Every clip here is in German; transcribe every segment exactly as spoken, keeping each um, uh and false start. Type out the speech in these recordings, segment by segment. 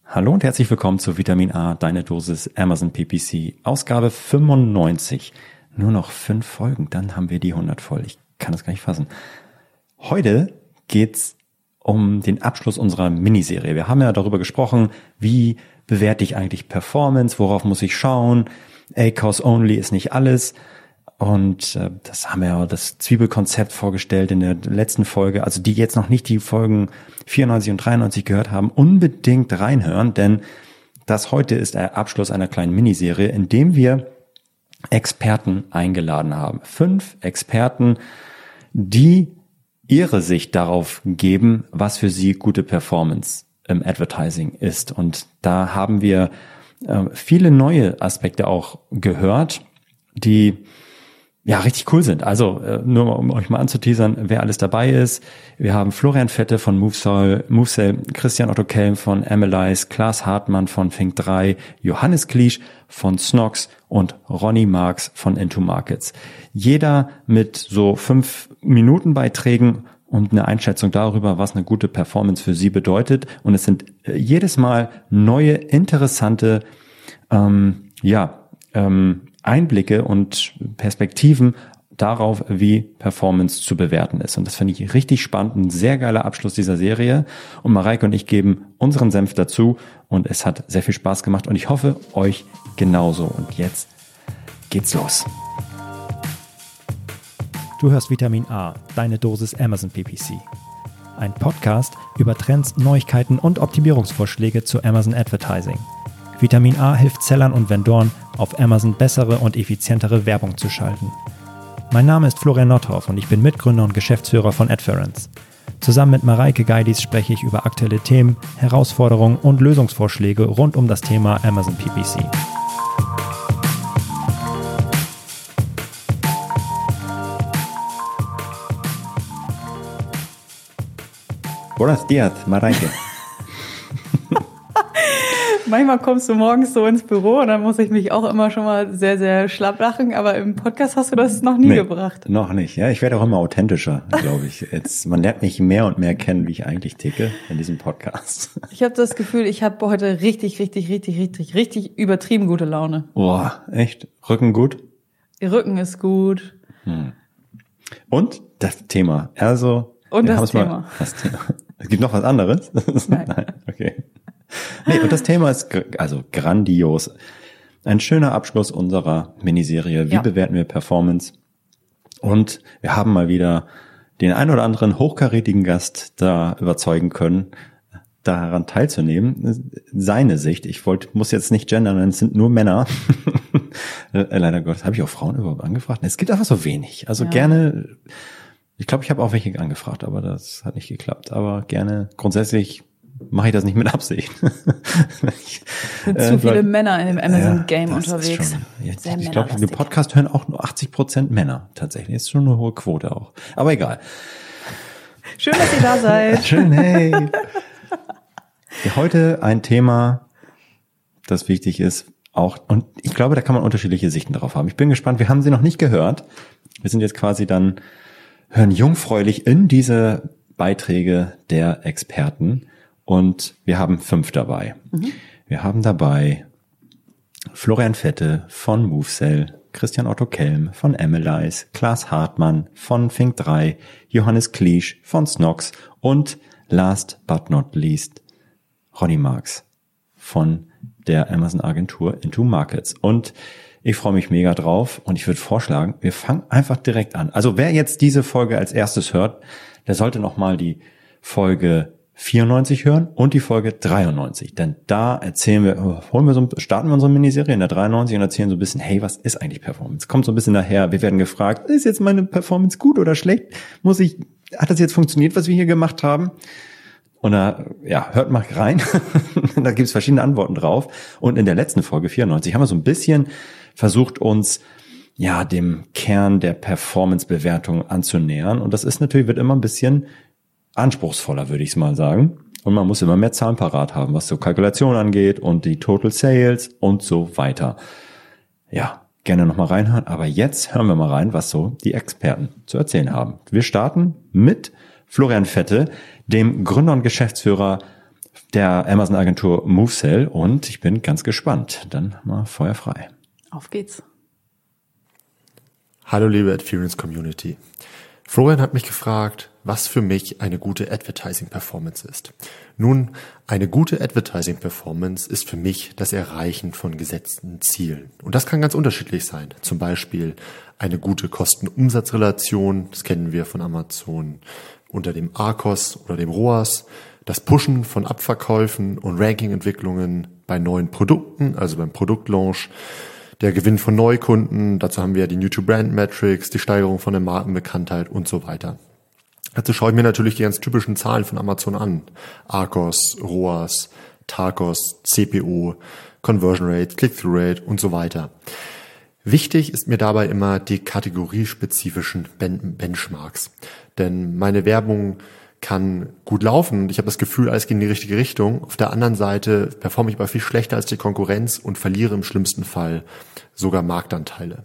Hallo und herzlich willkommen zu Vitamin A, deine Dosis Amazon P P C, Ausgabe fünfundneunzig. Nur noch fünf Folgen, dann haben wir die hundert voll. Ich kann das gar nicht fassen. Heute geht's um den Abschluss unserer Miniserie. Wir haben ja darüber gesprochen, wie bewerte ich eigentlich Performance, worauf muss ich schauen. A C O S only ist nicht alles. Und äh, das haben wir ja das Zwiebelkonzept vorgestellt in der letzten Folge. Also die jetzt noch nicht die Folgen vierundneunzig und dreiundneunzig gehört haben, unbedingt reinhören, denn das heute ist der Abschluss einer kleinen Miniserie, in dem wir Experten eingeladen haben. Fünf Experten, die ihre Sicht darauf geben, was für sie gute Performance im Advertising ist. Und da haben wir äh, viele neue Aspekte auch gehört, die ja richtig cool sind. Also äh, nur um euch mal anzuteasern, wer alles dabei ist. Wir haben Florian Fette von Movesell, Movesell, Christian Otto Kelm von Analyze, Klaas Hartmann von Fink drei, Johannes Kliesch von Snox und Ronny Marx von Into Markets. Jeder mit so fünf Minuten Beiträgen und eine Einschätzung darüber, was eine gute Performance für sie bedeutet. Und es sind äh, jedes Mal neue, interessante, ähm, ja, ähm, Einblicke und Perspektiven darauf, wie Performance zu bewerten ist. Und das finde ich richtig spannend, ein sehr geiler Abschluss dieser Serie. Und Mareike und ich geben unseren Senf dazu und es hat sehr viel Spaß gemacht und ich hoffe, euch genauso. Und jetzt geht's los. Du hörst Vitamin A, deine Dosis Amazon P P C. Ein Podcast über Trends, Neuigkeiten und Optimierungsvorschläge zu Amazon Advertising. Vitamin A hilft Sellern und Vendoren, auf Amazon bessere und effizientere Werbung zu schalten. Mein Name ist Florian Nothoff und ich bin Mitgründer und Geschäftsführer von Adference. Zusammen mit Mareike Geidis spreche ich über aktuelle Themen, Herausforderungen und Lösungsvorschläge rund um das Thema Amazon P P C. Buenos dias, Mareike. Manchmal kommst du morgens so ins Büro und dann muss ich mich auch immer schon mal sehr, sehr schlapp lachen, aber im Podcast hast du das noch nie nee, gebracht. Noch nicht, ja. Ich werde auch immer authentischer, glaube ich. Jetzt, man lernt mich mehr und mehr kennen, wie ich eigentlich ticke in diesem Podcast. Ich habe das Gefühl, ich habe heute richtig, richtig, richtig, richtig, richtig übertrieben gute Laune. Boah, echt? Rücken gut? Ihr Rücken ist gut. Hm. Und das Thema, also... Und das Thema. Mal, das Thema. Es gibt noch was anderes? Nein. Nein, okay. Nee, und das Thema ist also grandios. Ein schöner Abschluss unserer Miniserie. Wie ja. bewerten wir Performance? Und wir haben mal wieder den ein oder anderen hochkarätigen Gast da überzeugen können, daran teilzunehmen. Seine Sicht. Ich wollte, muss jetzt nicht gendern, es sind nur Männer. Leider Gottes, habe ich auch Frauen überhaupt angefragt? Es gibt einfach so wenig. Also ja. gerne, ich glaube, ich habe auch welche angefragt, aber das hat nicht geklappt. Aber gerne grundsätzlich mache ich das nicht mit Absicht. ich, sind äh, zu viele weil, Männer in dem Amazon-Game ja, unterwegs. Schon, ja, ich ich glaube, den Podcast hören auch nur achtzig Prozent Männer tatsächlich. Das ist schon eine hohe Quote auch. Aber egal. Schön, dass ihr da seid. Schön, hey. Ja, heute ein Thema, das wichtig ist. Auch, und ich glaube, da kann man unterschiedliche Sichten drauf haben. Ich bin gespannt. Wir haben sie noch nicht gehört. Wir sind jetzt quasi dann, hören jungfräulich in diese Beiträge der Experten. Und wir haben fünf dabei. Mhm. Wir haben dabei Florian Fette von Movesell, Christian Otto Kelm von Analyze, Klaas Hartmann von Fink drei, Johannes Kliesch von Snox und last but not least Ronny Marx von der Amazon-Agentur Into Markets. Und ich freue mich mega drauf und ich würde vorschlagen, wir fangen einfach direkt an. Also wer jetzt diese Folge als erstes hört, der sollte nochmal die Folge vierundneunzig hören und die Folge dreiundneunzig, denn da erzählen wir, holen wir so, starten wir unsere Miniserie in der dreiundneunzig und erzählen so ein bisschen, hey, was ist eigentlich Performance? Kommt so ein bisschen daher, wir werden gefragt, ist jetzt meine Performance gut oder schlecht? Muss ich, hat das jetzt funktioniert, was wir hier gemacht haben? Und da, ja, hört mal rein, da gibt es verschiedene Antworten drauf. Und in der letzten Folge vierundneunzig haben wir so ein bisschen versucht, uns ja dem Kern der Performance-Bewertung anzunähern. Und das ist natürlich, wird immer ein bisschen anspruchsvoller, würde ich es mal sagen. Und man muss immer mehr Zahlen parat haben, was so Kalkulation angeht und die Total Sales und so weiter. Ja, gerne nochmal reinhören. Aber jetzt hören wir mal rein, was so die Experten zu erzählen haben. Wir starten mit Florian Fette, dem Gründer und Geschäftsführer der Amazon-Agentur MoveSell und ich bin ganz gespannt. Dann mal Feuer frei. Auf geht's. Hallo liebe Adference-Community. Florian hat mich gefragt, was für mich eine gute Advertising-Performance ist. Nun, eine gute Advertising-Performance ist für mich das Erreichen von gesetzten Zielen. Und das kann ganz unterschiedlich sein. Zum Beispiel eine gute Kosten-Umsatz-Relation, das kennen wir von Amazon unter dem A C O S oder dem R O A S. Das Pushen von Abverkäufen und Ranking-Entwicklungen bei neuen Produkten, also beim Produktlaunch. Der Gewinn von Neukunden, dazu haben wir die New-to-Brand-Metrics, die Steigerung von der Markenbekanntheit und so weiter. Dazu schaue ich mir natürlich die ganz typischen Zahlen von Amazon an. A C O S, R O A S, T A C O S, C P O, Conversion Rate, Click-Through-Rate und so weiter. Wichtig ist mir dabei immer die kategoriespezifischen Ben- Benchmarks. Denn meine Werbung kann gut laufen und ich habe das Gefühl, alles geht in die richtige Richtung. Auf der anderen Seite performe ich aber viel schlechter als die Konkurrenz und verliere im schlimmsten Fall sogar Marktanteile.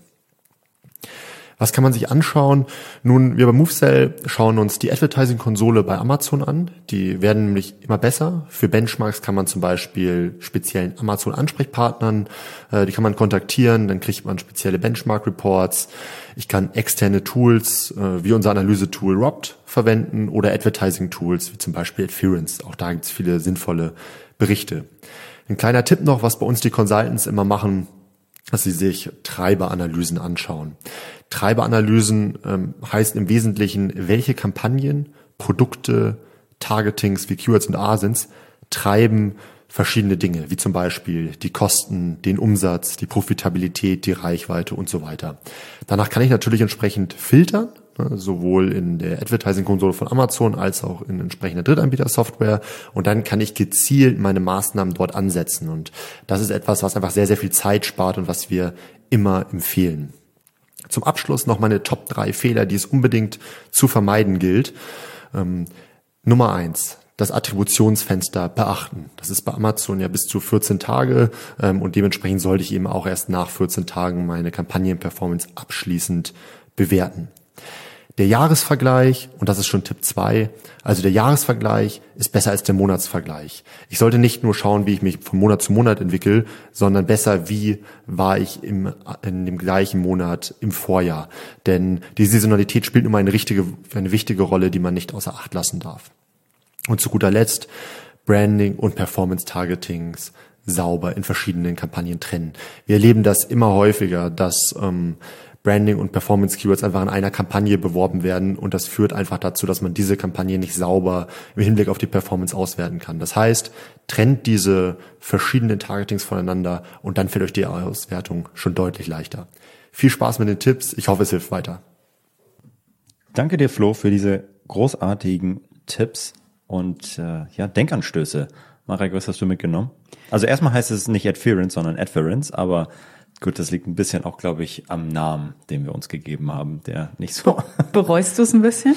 Was kann man sich anschauen? Nun, wir bei MoveSell schauen uns die Advertising-Konsole bei Amazon an. Die werden nämlich immer besser. Für Benchmarks kann man zum Beispiel speziellen Amazon-Ansprechpartnern, äh, die kann man kontaktieren, dann kriegt man spezielle Benchmark-Reports. Ich kann externe Tools äh, wie unser Analyse-Tool R O P T verwenden oder Advertising-Tools wie zum Beispiel Adference. Auch da gibt es viele sinnvolle Berichte. Ein kleiner Tipp noch, was bei uns die Consultants immer machen, dass sie sich Treiberanalysen anschauen. Treiberanalysen ähm, heißt im Wesentlichen, welche Kampagnen, Produkte, Targetings wie Keywords und A S I Ns treiben verschiedene Dinge, wie zum Beispiel die Kosten, den Umsatz, die Profitabilität, die Reichweite und so weiter. Danach kann ich natürlich entsprechend filtern, ne, sowohl in der Advertising-Konsole von Amazon als auch in entsprechender Drittanbieter-Software, und dann kann ich gezielt meine Maßnahmen dort ansetzen, und das ist etwas, was einfach sehr, sehr viel Zeit spart und was wir immer empfehlen. Zum Abschluss noch meine Top drei Fehler, die es unbedingt zu vermeiden gilt. Ähm, Nummer eins. Das Attributionsfenster beachten. Das ist bei Amazon ja bis zu vierzehn Tage ähm, und dementsprechend sollte ich eben auch erst nach vierzehn Tagen meine Kampagnenperformance abschließend bewerten. Der Jahresvergleich, und das ist schon Tipp zwei, also der Jahresvergleich ist besser als der Monatsvergleich. Ich sollte nicht nur schauen, wie ich mich von Monat zu Monat entwickle, sondern besser, wie war ich im, in dem gleichen Monat im Vorjahr. Denn die Saisonalität spielt immer eine, richtige, eine wichtige Rolle, die man nicht außer Acht lassen darf. Und zu guter Letzt Branding und Performance-Targetings sauber in verschiedenen Kampagnen trennen. Wir erleben das immer häufiger, dass ähm, Branding und Performance-Keywords einfach in einer Kampagne beworben werden, und das führt einfach dazu, dass man diese Kampagne nicht sauber im Hinblick auf die Performance auswerten kann. Das heißt, trennt diese verschiedenen Targetings voneinander und dann fällt euch die Auswertung schon deutlich leichter. Viel Spaß mit den Tipps, ich hoffe, es hilft weiter. Danke dir, Flo, für diese großartigen Tipps und äh, ja, Denkanstöße. Marek, was hast du mitgenommen? Also erstmal heißt es nicht Adference, sondern Adference, aber gut, das liegt ein bisschen auch, glaube ich, am Namen, den wir uns gegeben haben, der nicht so... Bereust du es ein bisschen?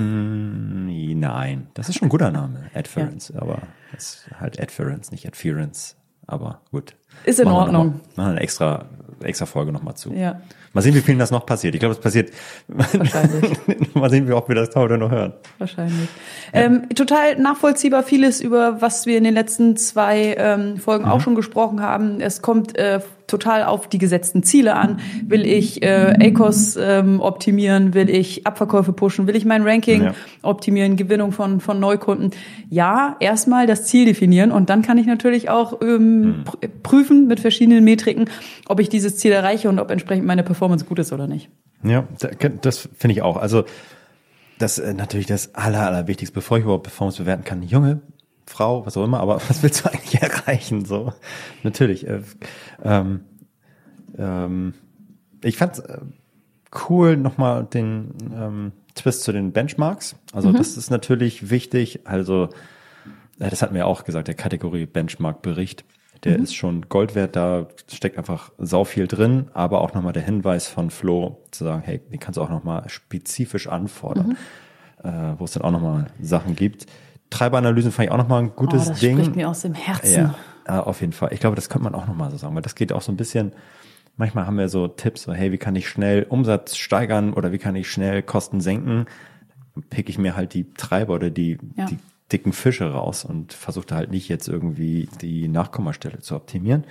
mm, nein, das ist schon ein guter Name, Adference, ja. Aber es ist halt Adference, nicht Adference, aber gut. Ist in machen Ordnung. Mal, machen eine extra, extra Folge nochmal zu. Ja. Mal sehen, wie vielen das noch passiert. Ich glaube, es passiert... Wahrscheinlich. Mal sehen, wie oft wir das heute noch hören. Wahrscheinlich. Ja. Ähm, total nachvollziehbar vieles, über was wir in den letzten zwei ähm, Folgen mhm. auch schon gesprochen haben. Es kommt äh, total auf die gesetzten Ziele an. Will ich äh, A C O S ähm, optimieren? Will ich Abverkäufe pushen? Will ich mein Ranking ja. optimieren? Gewinnung von von Neukunden? Ja, erstmal das Ziel definieren, und dann kann ich natürlich auch ähm, mhm. pr- prüfen mit verschiedenen Metriken, ob ich dieses Ziel erreiche und ob entsprechend meine Performance gut ist oder nicht. Ja, das finde ich auch. Also das ist natürlich das Aller, Allerwichtigste, bevor ich überhaupt Performance bewerten kann. Junge, Frau, was auch immer, aber was willst du eigentlich erreichen? So, natürlich. Äh, ähm, ähm, ich fand's äh, cool, nochmal den ähm, Twist zu den Benchmarks. Also mhm. das ist natürlich wichtig. Also äh, das hatten wir auch gesagt, der Kategorie Benchmark-Bericht. Der mhm. ist schon Gold wert, da steckt einfach sau viel drin, aber auch nochmal der Hinweis von Flo, zu sagen, hey, die kannst du auch nochmal spezifisch anfordern, mhm. äh, wo es dann auch nochmal Sachen gibt. Treiberanalysen fand ich auch nochmal ein gutes oh, das Ding. Das spricht mir aus dem Herzen. Ja, äh, auf jeden Fall. Ich glaube, das könnte man auch nochmal so sagen, weil das geht auch so ein bisschen, manchmal haben wir so Tipps, so hey, wie kann ich schnell Umsatz steigern oder wie kann ich schnell Kosten senken? Dann pick ich mir halt die Treiber oder die, ja. die dicken Fische raus und versucht halt nicht jetzt irgendwie die Nachkommastelle zu optimieren.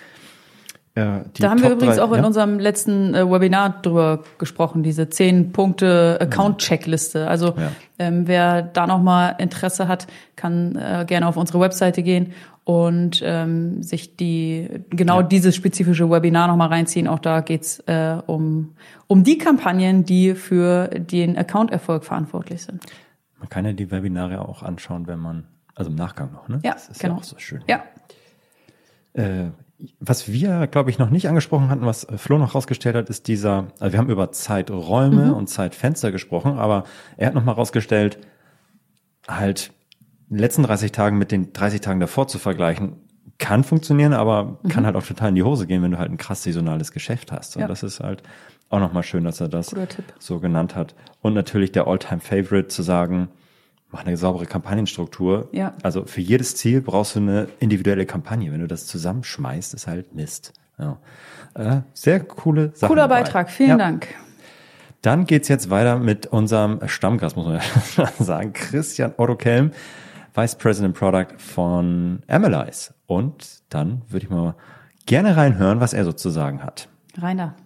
Äh, da haben wir Top übrigens drei, auch in ja? unserem letzten äh, Webinar drüber gesprochen, diese zehn Punkte Account-Checkliste. Also Ja. ähm, wer da nochmal Interesse hat, kann äh, gerne auf unsere Webseite gehen und ähm, sich die genau Ja. dieses spezifische Webinar nochmal reinziehen. Auch da geht's äh, um, um die Kampagnen, die für den Account-Erfolg verantwortlich sind. Man kann ja die Webinare auch anschauen, wenn man, also im Nachgang noch, ne? Ja, das ist genau. ja auch so schön. Ja. Äh, was wir, glaube ich, noch nicht angesprochen hatten, was Flo noch rausgestellt hat, ist dieser, also wir haben über Zeiträume Mhm. und Zeitfenster gesprochen, aber er hat nochmal rausgestellt, halt in den letzten dreißig Tagen mit den dreißig Tagen davor zu vergleichen, kann funktionieren, aber Mhm. kann halt auch total in die Hose gehen, wenn du halt ein krass saisonales Geschäft hast. Und Ja. das ist halt auch nochmal schön, dass er das Guter Tipp. so genannt hat. Und natürlich der All-Time-Favorite zu sagen, mach eine saubere Kampagnenstruktur. Ja. Also für jedes Ziel brauchst du eine individuelle Kampagne. Wenn du das zusammenschmeißt, ist halt Mist. Ja. Äh, sehr coole Sache. Cooler dabei. Beitrag, vielen Ja. Dank. Dann geht's jetzt weiter mit unserem Stammgast, muss man ja sagen, Christian Otto Kelm, Vice President Product von Amalyze. Und dann würde ich mal gerne reinhören, was er so zu sagen hat. Rainer.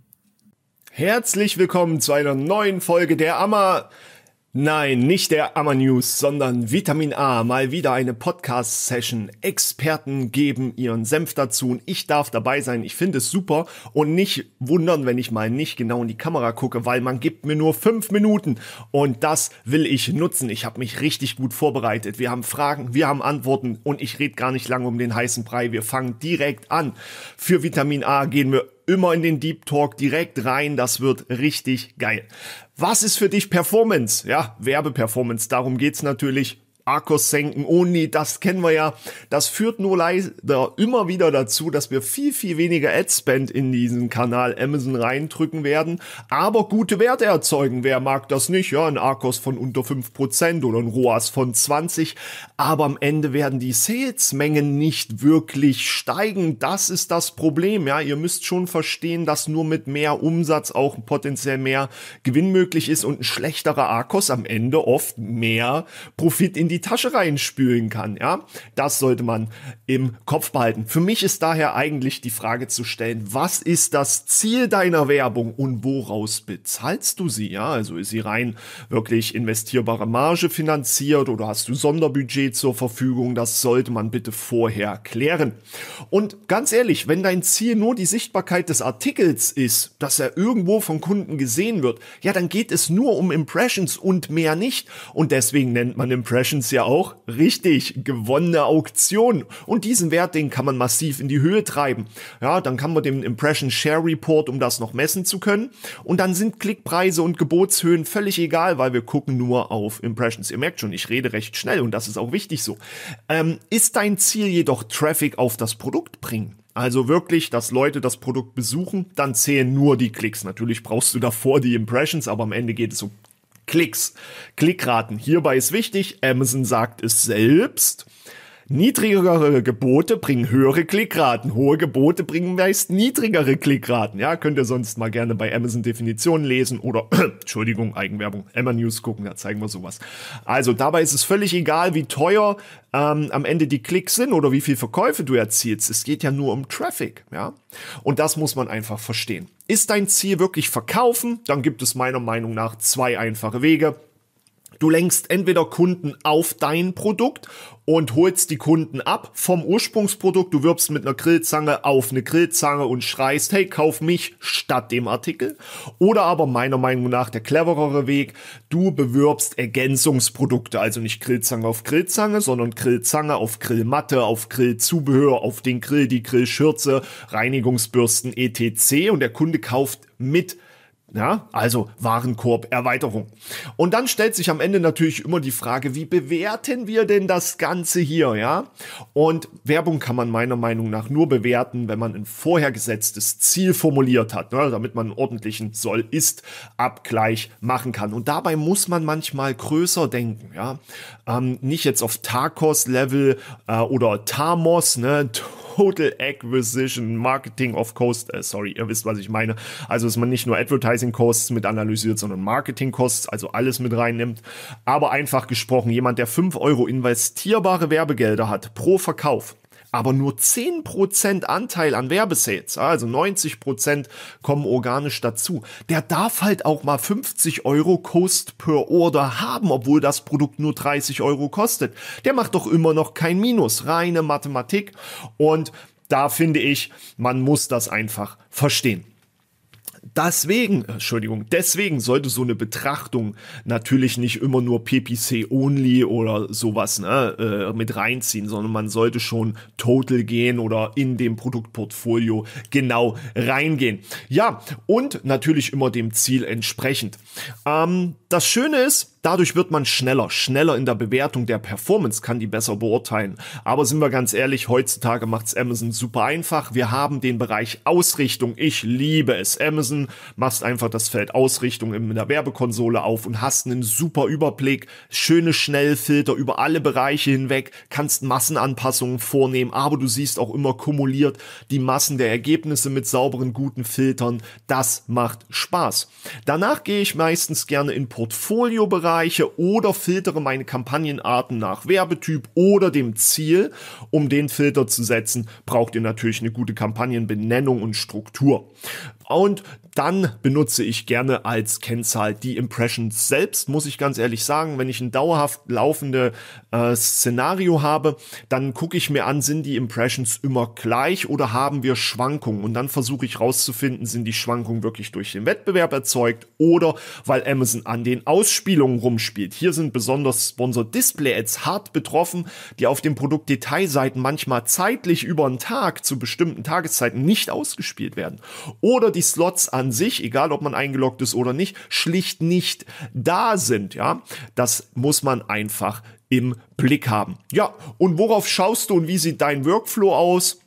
Herzlich willkommen zu einer neuen Folge der Amma... Nein, nicht der Amma News, sondern Vitamin A. Mal wieder eine Podcast-Session. Experten geben ihren Senf dazu und ich darf dabei sein. Ich finde es super und nicht wundern, wenn ich mal nicht genau in die Kamera gucke, weil man gibt mir nur fünf Minuten und das will ich nutzen. Ich habe mich richtig gut vorbereitet. Wir haben Fragen, wir haben Antworten und ich rede gar nicht lange um den heißen Brei. Wir fangen direkt an. Für Vitamin A gehen wir immer in den Deep Talk direkt rein, das wird richtig geil. Was ist für dich Performance? Ja, Werbeperformance, darum geht's natürlich. A C O S senken, Oni, das kennen wir ja. Das führt nur leider immer wieder dazu, dass wir viel, viel weniger Ad-Spend in diesen Kanal Amazon reindrücken werden, aber gute Werte erzeugen. Wer mag das nicht? Ja, ein A C O S von unter fünf Prozent oder ein R O A S von zwanzig, aber am Ende werden die Salesmengen nicht wirklich steigen. Das ist das Problem, ja. Ihr müsst schon verstehen, dass nur mit mehr Umsatz auch potenziell mehr Gewinn möglich ist und ein schlechterer A C O S am Ende oft mehr Profit in die Tasche reinspülen kann, ja. Das sollte man im Kopf behalten. Für mich ist daher eigentlich die Frage zu stellen, was ist das Ziel deiner Werbung und woraus bezahlst du sie, ja? Also ist sie rein wirklich investierbare Marge finanziert oder hast du Sonderbudget zur Verfügung? Das sollte man bitte vorher klären. Und ganz ehrlich, wenn dein Ziel nur die Sichtbarkeit des Artikels ist, dass er irgendwo von Kunden gesehen wird, ja, dann geht es nur um Impressions und mehr nicht. Und deswegen nennt man Impressions ja auch richtig gewonnene Auktion. Und diesen Wert, den kann man massiv in die Höhe treiben. Ja, dann kann man den Impression Share Report, um das noch messen zu können. Und dann sind Klickpreise und Gebotshöhen völlig egal, weil wir gucken nur auf Impressions. Ihr merkt schon, ich rede recht schnell und das ist auch wichtig so. Ähm, ist dein Ziel jedoch Traffic auf das Produkt bringen? Also wirklich, dass Leute das Produkt besuchen, dann zählen nur die Klicks. Natürlich brauchst du davor die Impressions, aber am Ende geht es um Klicks, Klickraten. Hierbei ist wichtig, Amazon sagt es selbst, niedrigere Gebote bringen höhere Klickraten, hohe Gebote bringen meist niedrigere Klickraten. Ja, könnt ihr sonst mal gerne bei Amazon Definitionen lesen oder, Entschuldigung, Eigenwerbung, Amma News gucken, da zeigen wir sowas. Also dabei ist es völlig egal, wie teuer ähm, am Ende die Klicks sind oder wie viel Verkäufe du erzielst. Es geht ja nur um Traffic, ja. Und das muss man einfach verstehen. Ist dein Ziel wirklich verkaufen? Dann gibt es meiner Meinung nach zwei einfache Wege. Du lenkst entweder Kunden auf dein Produkt und holst die Kunden ab vom Ursprungsprodukt. Du wirbst mit einer Grillzange auf eine Grillzange und schreist, hey, kauf mich statt dem Artikel. Oder aber meiner Meinung nach der cleverere Weg, du bewirbst Ergänzungsprodukte, also nicht Grillzange auf Grillzange, sondern Grillzange auf Grillmatte, auf Grillzubehör, auf den Grill, die Grillschürze, Reinigungsbürsten et cetera. Und der Kunde kauft mit. Ja, also Warenkorb, Erweiterung. Und dann stellt sich am Ende natürlich immer die Frage, wie bewerten wir denn das Ganze hier, ja? Und Werbung kann man meiner Meinung nach nur bewerten, wenn man ein vorher gesetztes Ziel formuliert hat, ne? Damit man einen ordentlichen Soll-Ist-Abgleich machen kann. Und dabei muss man manchmal größer denken, ja? Ähm, nicht jetzt auf T A C O S-Level äh, oder T A M O S, ne? Total Acquisition Marketing of Cost, äh, sorry, ihr wisst, was ich meine. Also, dass man nicht nur Advertising Costs mit analysiert, sondern Marketing Costs, also alles mit reinnimmt. Aber einfach gesprochen, jemand, der fünf Euro investierbare Werbegelder hat pro Verkauf, aber nur zehn Prozent Anteil an Werbesales, also neunzig Prozent kommen organisch dazu, der darf halt auch mal fünfzig Euro Cost per Order haben, obwohl das Produkt nur dreißig Euro kostet. Der macht doch immer noch kein Minus, reine Mathematik. Und da finde ich, man muss das einfach verstehen. Deswegen, Entschuldigung, deswegen sollte so eine Betrachtung natürlich nicht immer nur P P C-only oder sowas ne, äh, mit reinziehen, sondern man sollte schon total gehen oder in dem Produktportfolio genau reingehen. Ja, und natürlich immer dem Ziel entsprechend. Ähm, das Schöne ist, dadurch wird man schneller, schneller in der Bewertung der Performance, kann die besser beurteilen. Aber sind wir ganz ehrlich, heutzutage macht's Amazon super einfach. Wir haben den Bereich Ausrichtung. Ich liebe es. Amazon, machst einfach das Feld Ausrichtung in der Werbekonsole auf und hast einen super Überblick, schöne Schnellfilter über alle Bereiche hinweg, kannst Massenanpassungen vornehmen, aber du siehst auch immer kumuliert die Massen der Ergebnisse mit sauberen, guten Filtern. Das macht Spaß. Danach gehe ich meistens gerne in Portfoliobereich oder filtere meine Kampagnenarten nach Werbetyp oder dem Ziel. Um den Filter zu setzen, braucht ihr natürlich eine gute Kampagnenbenennung und Struktur. Und dann benutze ich gerne als Kennzahl die Impressions selbst, muss ich ganz ehrlich sagen. Wenn ich ein dauerhaft laufende äh, Szenario habe, dann gucke ich mir an, sind die Impressions immer gleich oder haben wir Schwankungen? Und dann versuche ich rauszufinden, sind die Schwankungen wirklich durch den Wettbewerb erzeugt oder weil Amazon an den Ausspielungen rumspielt. Hier sind besonders Sponsored Display Ads hart betroffen, die auf den Produktdetailseiten manchmal zeitlich über einen Tag zu bestimmten Tageszeiten nicht ausgespielt werden. Oder die Slots an sich, egal ob man eingeloggt ist oder nicht, schlicht nicht da sind, ja. Das muss man einfach im Blick haben. Ja, und worauf schaust du und wie sieht dein Workflow aus?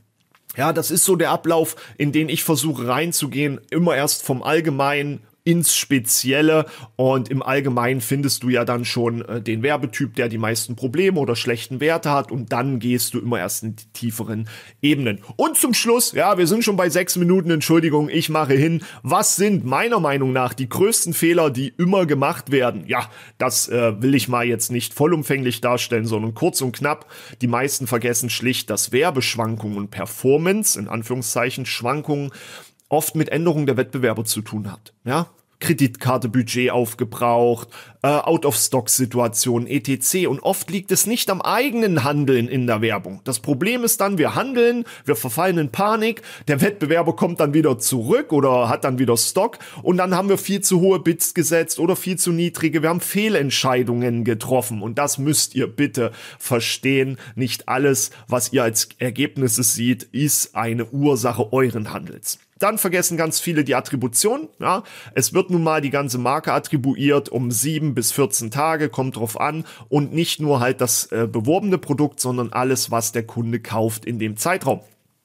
Ja, das ist so der Ablauf, in den ich versuche reinzugehen, immer erst vom Allgemeinen ins Spezielle, und im Allgemeinen findest du ja dann schon äh, den Werbetyp, der die meisten Probleme oder schlechten Werte hat, und dann gehst du immer erst in die tieferen Ebenen. Und zum Schluss, ja, wir sind schon bei sechs Minuten, Entschuldigung, ich mache hin. Was sind meiner Meinung nach die größten Fehler, die immer gemacht werden? Ja, das äh, will ich mal jetzt nicht vollumfänglich darstellen, sondern kurz und knapp. Die meisten vergessen schlicht, dass Werbeschwankungen und Performance, in Anführungszeichen Schwankungen, oft mit Änderungen der Wettbewerber zu tun hat. Ja, Kreditkarte, Budget aufgebraucht, äh, Out-of-Stock-Situationen, et cetera. Und oft liegt es nicht am eigenen Handeln in der Werbung. Das Problem ist dann, wir handeln, wir verfallen in Panik, der Wettbewerber kommt dann wieder zurück oder hat dann wieder Stock, und dann haben wir viel zu hohe Bids gesetzt oder viel zu niedrige. Wir haben Fehlentscheidungen getroffen, und das müsst ihr bitte verstehen. Nicht alles, was ihr als Ergebnisse seht, ist eine Ursache euren Handels. Dann vergessen ganz viele die Attribution. Ja, es wird nun mal die ganze Marke attribuiert um sieben bis vierzehn Tage, kommt drauf an, und nicht nur halt das äh, beworbene Produkt, sondern alles, was der Kunde kauft in dem Zeitraum.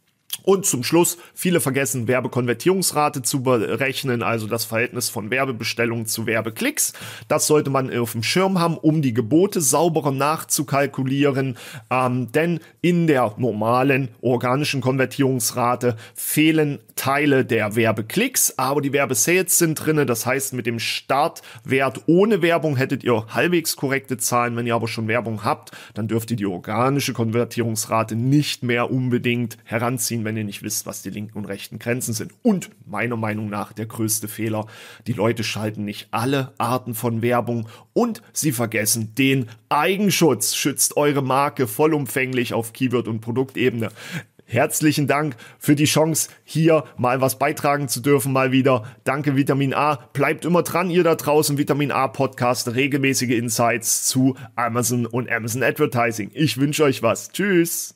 Und zum Schluss, viele vergessen, Werbekonvertierungsrate zu berechnen, also das Verhältnis von Werbebestellungen zu Werbeklicks. Das sollte man auf dem Schirm haben, um die Gebote sauberer nachzukalkulieren, ähm, denn in der normalen organischen Konvertierungsrate fehlen Teile der Werbeklicks, aber die Werbesales sind drinne. Das heißt, mit dem Startwert ohne Werbung hättet ihr halbwegs korrekte Zahlen. Wenn ihr aber schon Werbung habt, dann dürft ihr die organische Konvertierungsrate nicht mehr unbedingt heranziehen, wenn ihr nicht wisst, was die linken und rechten Grenzen sind. Und meiner Meinung nach der größte Fehler: die Leute schalten nicht alle Arten von Werbung, und sie vergessen den Eigenschutz. Schützt eure Marke vollumfänglich auf Keyword- und Produktebene. Herzlichen Dank für die Chance, hier mal was beitragen zu dürfen, mal wieder. Danke, Vitamin A. Bleibt immer dran, ihr da draußen. Vitamin A Podcast, regelmäßige Insights zu Amazon und Amazon Advertising. Ich wünsche euch was. Tschüss.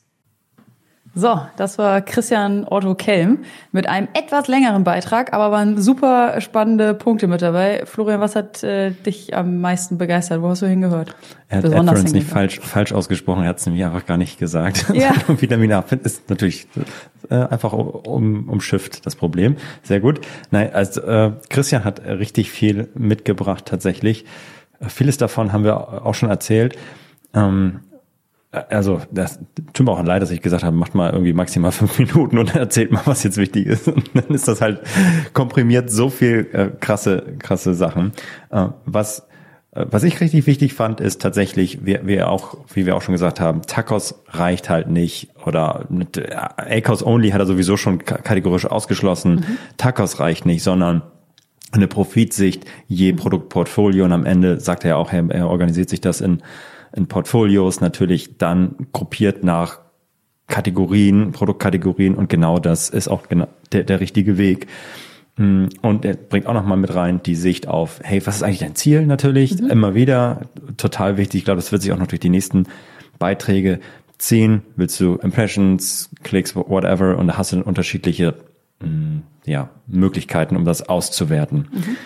So, das war Christian Otto Kelm mit einem etwas längeren Beitrag, aber waren super spannende Punkte mit dabei. Florian, was hat äh, dich am meisten begeistert? Wo hast du hingehört? Er hat Adference nicht falsch, falsch ausgesprochen, er hat es nämlich einfach gar nicht gesagt. Ja. Vitamin A ist natürlich äh, einfach um, umschifft das Problem. Sehr gut. Nein, also äh, Christian hat richtig viel mitgebracht tatsächlich. Vieles davon haben wir auch schon erzählt. Ähm, Also das tut mir auch leid, dass ich gesagt habe, macht mal irgendwie maximal fünf Minuten und erzählt mal, was jetzt wichtig ist. Und dann ist das halt komprimiert so viel äh, krasse krasse Sachen. Äh, was äh, was ich richtig wichtig fand, ist tatsächlich, wie wir auch, wie wir auch schon gesagt haben, Tacos reicht halt nicht oder mit äh, A C O S Only hat er sowieso schon k- kategorisch ausgeschlossen. Mhm. Tacos reicht nicht, sondern eine Profitsicht je Produktportfolio und am Ende sagt er ja auch, er, er organisiert sich das in in Portfolios natürlich dann gruppiert nach Kategorien, Produktkategorien und genau das ist auch genau der, der richtige Weg. Und er bringt auch nochmal mit rein die Sicht auf, hey, was ist eigentlich dein Ziel natürlich? Mhm. Immer wieder, total wichtig. Ich glaube, das wird sich auch noch durch die nächsten Beiträge ziehen. Willst du Impressions, Klicks, whatever und da hast du unterschiedliche ja, Möglichkeiten, um das auszuwerten. Mhm.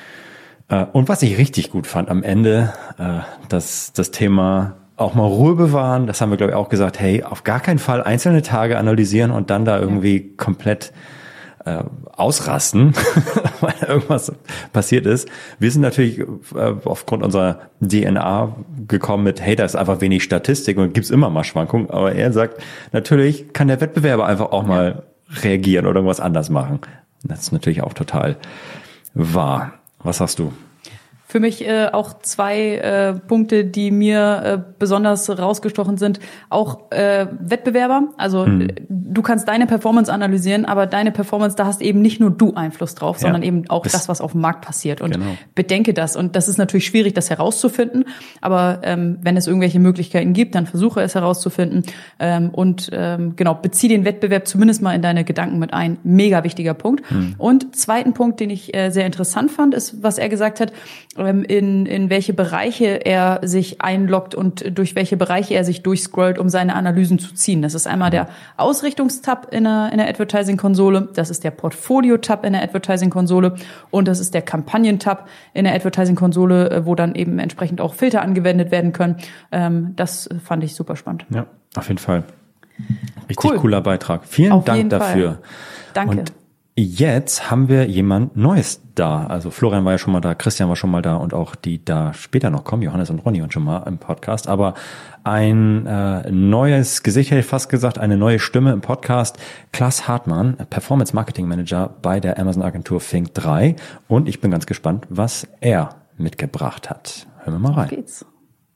Und was ich richtig gut fand am Ende, dass das Thema auch mal Ruhe bewahren, das haben wir, glaube ich, auch gesagt, hey, auf gar keinen Fall einzelne Tage analysieren und dann da irgendwie komplett äh, ausrasten, weil irgendwas passiert ist. Wir sind natürlich äh, aufgrund unserer D N A gekommen mit, hey, da ist einfach wenig Statistik und gibt's immer mal Schwankungen, aber er sagt, natürlich kann der Wettbewerber einfach auch mal reagieren oder irgendwas anders machen. Das ist natürlich auch total wahr. Was sagst du? Für mich äh, auch zwei äh, Punkte, die mir äh, besonders rausgestochen sind. Auch äh, Wettbewerber. Also mhm. du kannst deine Performance analysieren, aber deine Performance, da hast eben nicht nur du Einfluss drauf, ja. sondern eben auch das, das, was auf dem Markt passiert. Und genau. bedenke das. Und das ist natürlich schwierig, das herauszufinden. Aber ähm, wenn es irgendwelche Möglichkeiten gibt, dann versuche es herauszufinden. Ähm, und ähm, genau, bezieh den Wettbewerb zumindest mal in deine Gedanken mit ein. Mega wichtiger Punkt. Mhm. Und zweiten Punkt, den ich äh, sehr interessant fand, ist, was er gesagt hat, in in welche Bereiche er sich einloggt und durch welche Bereiche er sich durchscrollt, um seine Analysen zu ziehen. Das ist einmal der Ausrichtungstab in der, in der Advertising-Konsole, das ist der Portfolio-Tab in der Advertising-Konsole und das ist der Kampagnen-Tab in der Advertising-Konsole, wo dann eben entsprechend auch Filter angewendet werden können. Das fand ich super spannend. Ja, auf jeden Fall. Richtig cool. Cooler Beitrag. Vielen auf Dank dafür. Fall. Danke. Und jetzt haben wir jemand Neues da. Also Florian war ja schon mal da, Christian war schon mal da und auch die da später noch kommen, Johannes und Ronny, und schon mal im Podcast. Aber ein äh, neues Gesicht, hätte ich fast gesagt, eine neue Stimme im Podcast. Klaas Hartmann, Performance Marketing Manager bei der Amazon Agentur Fink drei. Und ich bin ganz gespannt, was er mitgebracht hat. Hören wir mal rein. Auf geht's.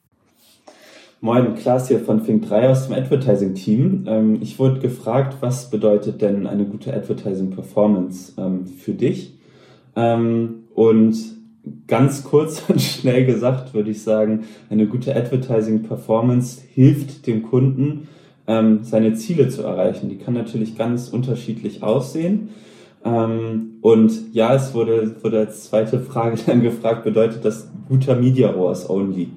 Moin, Klaas hier von Fink drei aus dem Advertising-Team. Ich wurde gefragt, was bedeutet denn eine gute Advertising-Performance für dich? Und ganz kurz und schnell gesagt würde ich sagen, eine gute Advertising-Performance hilft dem Kunden, seine Ziele zu erreichen. Die kann natürlich ganz unterschiedlich aussehen. Und ja, es wurde, wurde als zweite Frage dann gefragt, bedeutet das guter Media R O A S Only?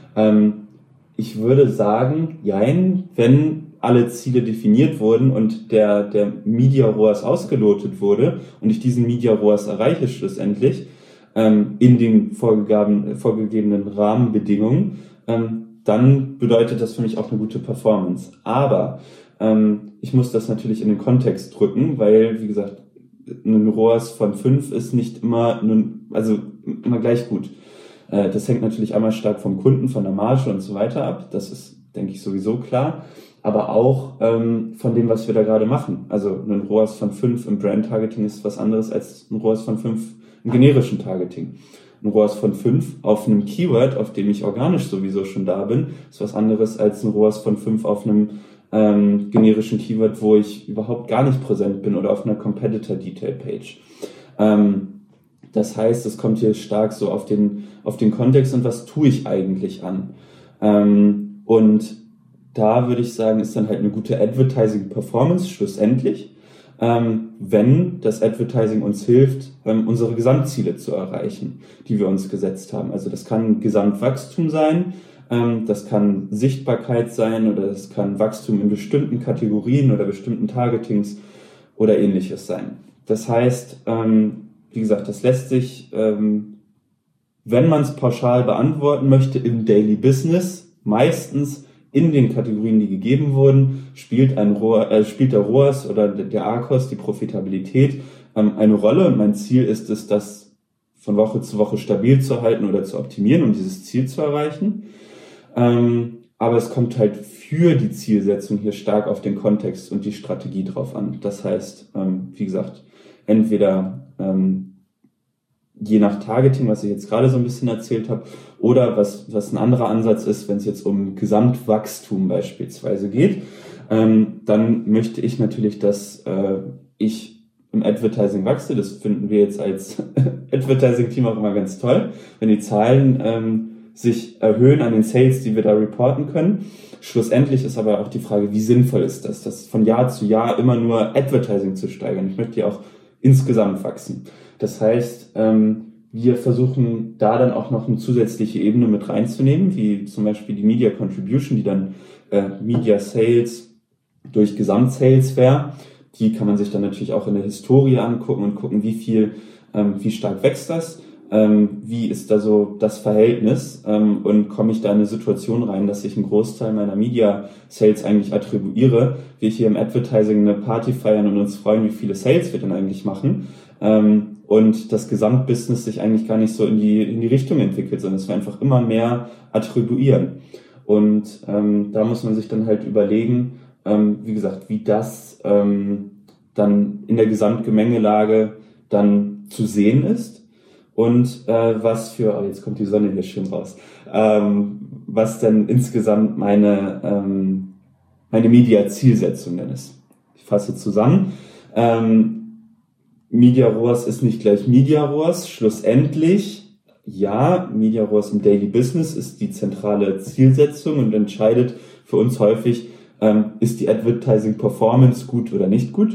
Ich würde sagen, jein, wenn alle Ziele definiert wurden und der, der Media R O A S ausgelotet wurde und ich diesen Media R O A S erreiche schlussendlich ähm, in den vorgegebenen, vorgegebenen Rahmenbedingungen, ähm, dann bedeutet das für mich auch eine gute Performance. Aber ähm, ich muss das natürlich in den Kontext drücken, weil, wie gesagt, ein R O A S von fünf ist nicht immer, also immer gleich gut. Das hängt natürlich einmal stark vom Kunden, von der Marge und so weiter ab. Das ist, denke ich, sowieso klar. Aber auch ähm, von dem, was wir da gerade machen. Also ein R O A S von fünf im Brand-Targeting ist was anderes als ein R O A S von fünf im generischen Targeting. Ein R O A S von fünf auf einem Keyword, auf dem ich organisch sowieso schon da bin, ist was anderes als ein R O A S von fünf auf einem ähm, generischen Keyword, wo ich überhaupt gar nicht präsent bin oder auf einer Competitor-Detail-Page. Ähm, Das heißt, es kommt hier stark so auf den, auf den Kontext und was tue ich eigentlich an. Ähm, und da würde ich sagen, ist dann halt eine gute Advertising-Performance schlussendlich, ähm, wenn das Advertising uns hilft, ähm, unsere Gesamtziele zu erreichen, die wir uns gesetzt haben. Also das kann Gesamtwachstum sein, ähm, das kann Sichtbarkeit sein oder das kann Wachstum in bestimmten Kategorien oder bestimmten Targetings oder ähnliches sein. Das heißt, ähm, wie gesagt, das lässt sich, ähm, wenn man es pauschal beantworten möchte, im Daily Business, meistens in den Kategorien, die gegeben wurden, spielt, ein R O A S, äh, spielt der R O A S oder der A C O S, die Profitabilität, ähm, eine Rolle. Und mein Ziel ist es, das von Woche zu Woche stabil zu halten oder zu optimieren, um dieses Ziel zu erreichen. Ähm, aber es kommt halt für die Zielsetzung hier stark auf den Kontext und die Strategie drauf an. Das heißt, ähm, wie gesagt, entweder ähm, je nach Targeting, was ich jetzt gerade so ein bisschen erzählt habe, oder was, was ein anderer Ansatz ist, wenn es jetzt um Gesamtwachstum beispielsweise geht, ähm, dann möchte ich natürlich, dass äh, ich im Advertising wachse. Das finden wir jetzt als Advertising-Team auch immer ganz toll, wenn die Zahlen ähm, sich erhöhen an den Sales, die wir da reporten können. Schlussendlich ist aber auch die Frage, wie sinnvoll ist das, das von Jahr zu Jahr immer nur Advertising zu steigern. Ich möchte ja auch insgesamt wachsen. Das heißt, ähm, wir versuchen da dann auch noch eine zusätzliche Ebene mit reinzunehmen, wie zum Beispiel die Media Contribution, die dann äh, Media Sales durch Gesamtsales wäre. Die kann man sich dann natürlich auch in der Historie angucken und gucken, wie viel, ähm, wie stark wächst das. Ähm, wie ist da so das Verhältnis ähm, und komme ich da in eine Situation rein, dass ich einen Großteil meiner Media Sales eigentlich attribuiere, wie ich hier im Advertising eine Party feiern und uns freuen, wie viele Sales wir denn eigentlich machen ähm, und das Gesamtbusiness sich eigentlich gar nicht so in die in die Richtung entwickelt, sondern dass wir einfach immer mehr attribuieren. Und ähm, da muss man sich dann halt überlegen, ähm, wie gesagt, wie das ähm, dann in der Gesamtgemengelage dann zu sehen ist. Und äh, was für, oh, jetzt kommt die Sonne hier schön raus, ähm, was denn insgesamt meine, ähm, meine Media-Zielsetzung denn ist. Ich fasse zusammen. Ähm, Media R O A S ist nicht gleich Media R O A S. Schlussendlich, ja, Media R O A S im Daily Business ist die zentrale Zielsetzung und entscheidet für uns häufig, ähm, ist die Advertising Performance gut oder nicht gut.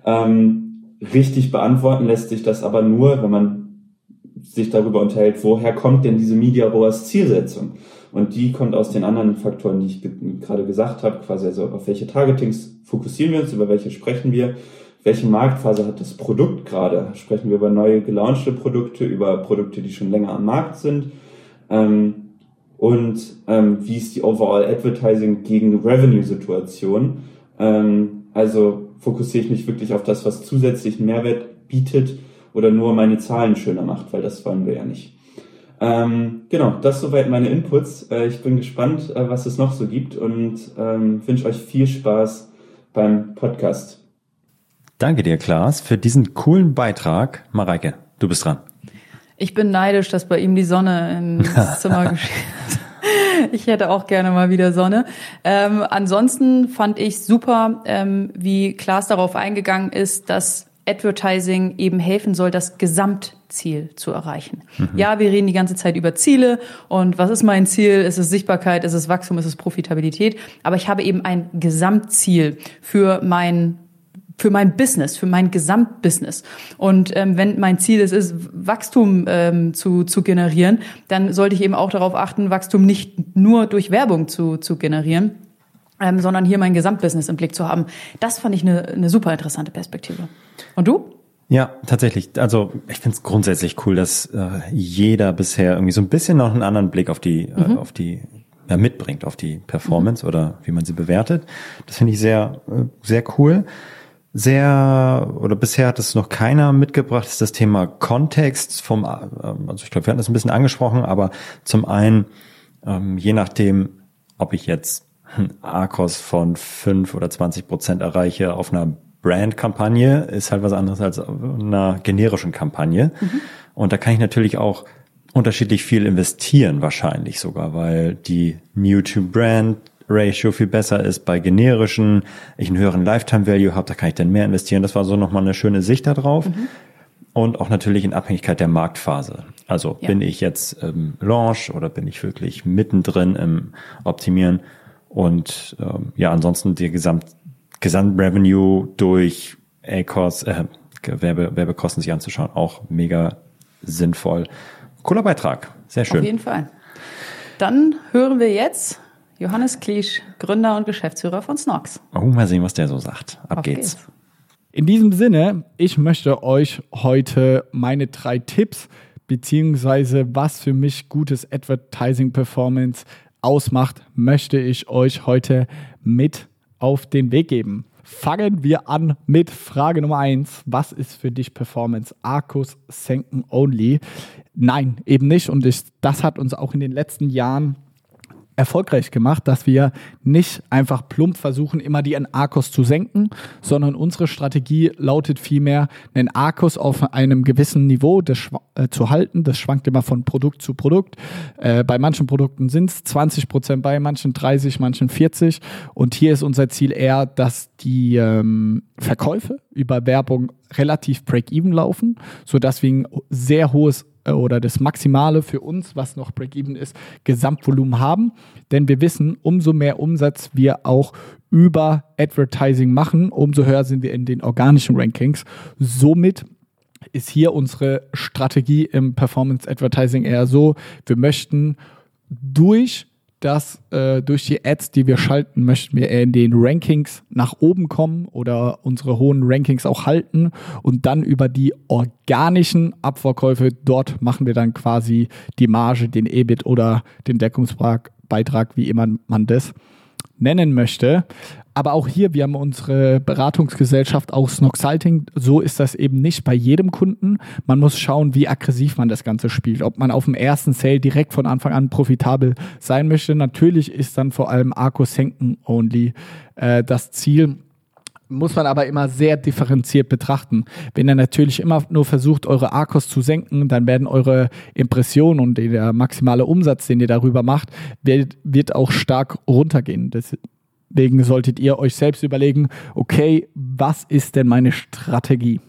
Ähm, richtig beantworten lässt sich das aber nur, wenn man sich darüber unterhält, woher kommt denn diese Media R O A S Zielsetzung? Und die kommt aus den anderen Faktoren, die ich ge- gerade gesagt habe, quasi also auf welche Targetings fokussieren wir uns, über welche sprechen wir, welche Marktphase hat das Produkt gerade? Sprechen wir über neue gelaunchte Produkte, über Produkte, die schon länger am Markt sind? Ähm, und ähm, wie ist die Overall Advertising gegen Revenue-Situation? Ähm, also fokussiere ich mich wirklich auf das, was zusätzlichen Mehrwert bietet, oder nur meine Zahlen schöner macht, weil das wollen wir ja nicht. Ähm, genau, das soweit meine Inputs. Äh, ich bin gespannt, äh, was es noch so gibt und ähm, wünsche euch viel Spaß beim Podcast. Danke dir, Klaas, für diesen coolen Beitrag. Mareike, du bist dran. Ich bin neidisch, dass bei ihm die Sonne ins Zimmer geschieht. Ich hätte auch gerne mal wieder Sonne. Ähm, ansonsten fand ich super, ähm, wie Klaas darauf eingegangen ist, dass Advertising eben helfen soll, das Gesamtziel zu erreichen. Mhm. Ja, wir reden die ganze Zeit über Ziele und was ist mein Ziel? Ist es Sichtbarkeit? Ist es Wachstum? Ist es Profitabilität? Aber ich habe eben ein Gesamtziel für mein für mein Business, für mein Gesamtbusiness. Und ähm, wenn mein Ziel ist, ist Wachstum ähm, zu zu generieren, dann sollte ich eben auch darauf achten, Wachstum nicht nur durch Werbung zu zu generieren, ähm, sondern hier mein Gesamtbusiness im Blick zu haben. Das fand ich eine eine super interessante Perspektive. Und du? Ja, tatsächlich. Also ich finde es grundsätzlich cool, dass äh, jeder bisher irgendwie so ein bisschen noch einen anderen Blick auf die, mhm. äh, auf die ja, mitbringt, auf die Performance mhm. oder wie man sie bewertet. Das finde ich sehr, äh, sehr cool. Sehr, oder bisher hat es noch keiner mitgebracht, ist das Thema Kontext vom, äh, also ich glaube, wir hatten das ein bisschen angesprochen, aber zum einen, ähm, je nachdem, ob ich jetzt ein A R C O S von fünf oder zwanzig Prozent erreiche auf einer Brand-Kampagne, ist halt was anderes als einer generischen Kampagne. Mhm. Und da kann ich natürlich auch unterschiedlich viel investieren, wahrscheinlich sogar, weil die New-to-Brand-Ratio viel besser ist bei generischen, ich einen höheren Lifetime-Value habe, da kann ich dann mehr investieren. Das war so nochmal eine schöne Sicht da drauf. Mhm. Und auch natürlich in Abhängigkeit der Marktphase. Also ja. bin ich jetzt im Launch oder bin ich wirklich mittendrin im Optimieren? Und ähm, ja, ansonsten die Gesamt Gesamtrevenue durch A C O S, äh, Werbe, Werbekosten sich anzuschauen, auch mega sinnvoll. Cooler Beitrag, sehr schön. Auf jeden Fall. Dann hören wir jetzt Johannes Kliesch, Gründer und Geschäftsführer von Snox. Oh, mal sehen, was der so sagt. Ab Auf geht's. geht's. In diesem Sinne, ich möchte euch heute meine drei Tipps beziehungsweise was für mich gutes Advertising Performance ausmacht, möchte ich euch heute mit auf den Weg geben. Fangen wir an mit Frage Nummer eins. Was ist für dich Performance? A C O S senken only? Nein, eben nicht. Und ich, das hat uns auch in den letzten Jahren erfolgreich gemacht, dass wir nicht einfach plump versuchen, immer die A R C O S zu senken, sondern unsere Strategie lautet vielmehr, den A R C O S auf einem gewissen Niveau des, äh, zu halten. Das schwankt immer von Produkt zu Produkt. Äh, bei manchen Produkten sind es zwanzig Prozent, bei manchen dreißig, manchen vierzig. Und hier ist unser Ziel eher, dass die ähm, Verkäufe über Werbung relativ break-even laufen, sodass wir ein sehr hohes oder das Maximale für uns, was noch Break-Even ist, Gesamtvolumen haben. Denn wir wissen, umso mehr Umsatz wir auch über Advertising machen, umso höher sind wir in den organischen Rankings. Somit ist hier unsere Strategie im Performance Advertising eher so, wir möchten durch dass äh, durch die Ads, die wir schalten, möchten wir in den Rankings nach oben kommen oder unsere hohen Rankings auch halten und dann über die organischen Abverkäufe, dort machen wir dann quasi die Marge, den E B I T oder den Deckungsbeitrag, wie immer man das nennen möchte. Aber auch hier, wir haben unsere Beratungsgesellschaft aus Snoxalting. So ist das eben nicht bei jedem Kunden. Man muss schauen, wie aggressiv man das Ganze spielt. Ob man auf dem ersten Sale direkt von Anfang an profitabel sein möchte. Natürlich ist dann vor allem A R C O senken only äh, das Ziel. Muss man aber immer sehr differenziert betrachten. Wenn ihr natürlich immer nur versucht, eure A R C Os zu senken, dann werden eure Impressionen und der maximale Umsatz, den ihr darüber macht, wird, wird auch stark runtergehen. Deswegen solltet ihr euch selbst überlegen, okay, was ist denn meine Strategie?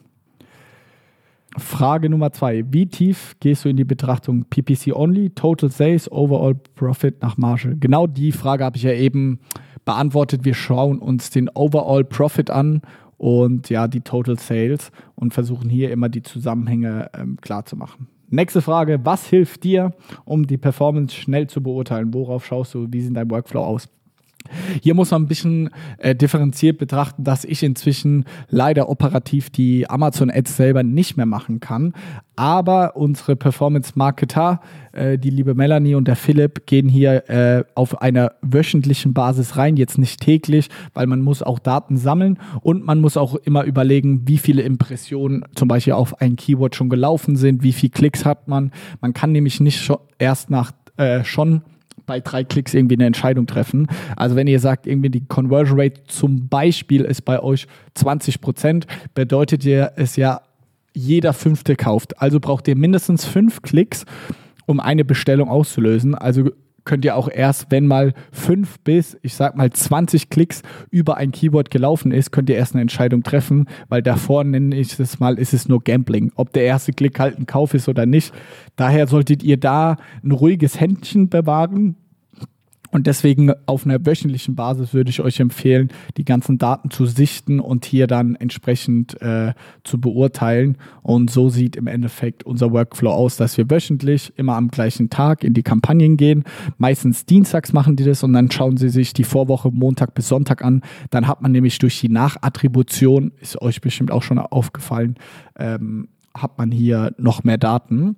Frage Nummer zwei. Wie tief gehst du in die Betrachtung? P P C only, Total Sales, Overall Profit nach Marge? Genau die Frage habe ich ja eben beantwortet. Wir schauen uns den Overall Profit an und ja, die Total Sales und versuchen hier immer die Zusammenhänge ähm, klar zu machen. Nächste Frage. Was hilft dir, um die Performance schnell zu beurteilen? Worauf schaust du? Wie sieht dein Workflow aus? Hier muss man ein bisschen äh, differenziert betrachten, dass ich inzwischen leider operativ die Amazon-Ads selber nicht mehr machen kann. Aber unsere Performance-Marketer, äh, die liebe Melanie und der Philipp, gehen hier äh, auf einer wöchentlichen Basis rein, jetzt nicht täglich, weil man muss auch Daten sammeln und man muss auch immer überlegen, wie viele Impressionen zum Beispiel auf ein Keyword schon gelaufen sind, wie viele Klicks hat man. Man kann nämlich nicht schon erst nach äh, schon bei drei Klicks irgendwie eine Entscheidung treffen. Also wenn ihr sagt, irgendwie die Conversion Rate zum Beispiel ist bei euch zwanzig Prozent, bedeutet ihr es ja, jeder Fünfte kauft. Also braucht ihr mindestens fünf Klicks, um eine Bestellung auszulösen. Also könnt ihr auch erst, wenn mal fünf bis, ich sag mal zwanzig Klicks über ein Keyword gelaufen ist, könnt ihr erst eine Entscheidung treffen, weil davor, nenne ich es mal, ist es nur Gambling. Ob der erste Klick halt ein Kauf ist oder nicht. Daher solltet ihr da ein ruhiges Händchen bewahren. Und deswegen auf einer wöchentlichen Basis würde ich euch empfehlen, die ganzen Daten zu sichten und hier dann entsprechend äh, zu beurteilen. Und so sieht im Endeffekt unser Workflow aus, dass wir wöchentlich immer am gleichen Tag in die Kampagnen gehen. Meistens dienstags machen die das und dann schauen sie sich die Vorwoche Montag bis Sonntag an. Dann hat man nämlich durch die Nachattribution, ist euch bestimmt auch schon aufgefallen, ähm, hat man hier noch mehr Daten.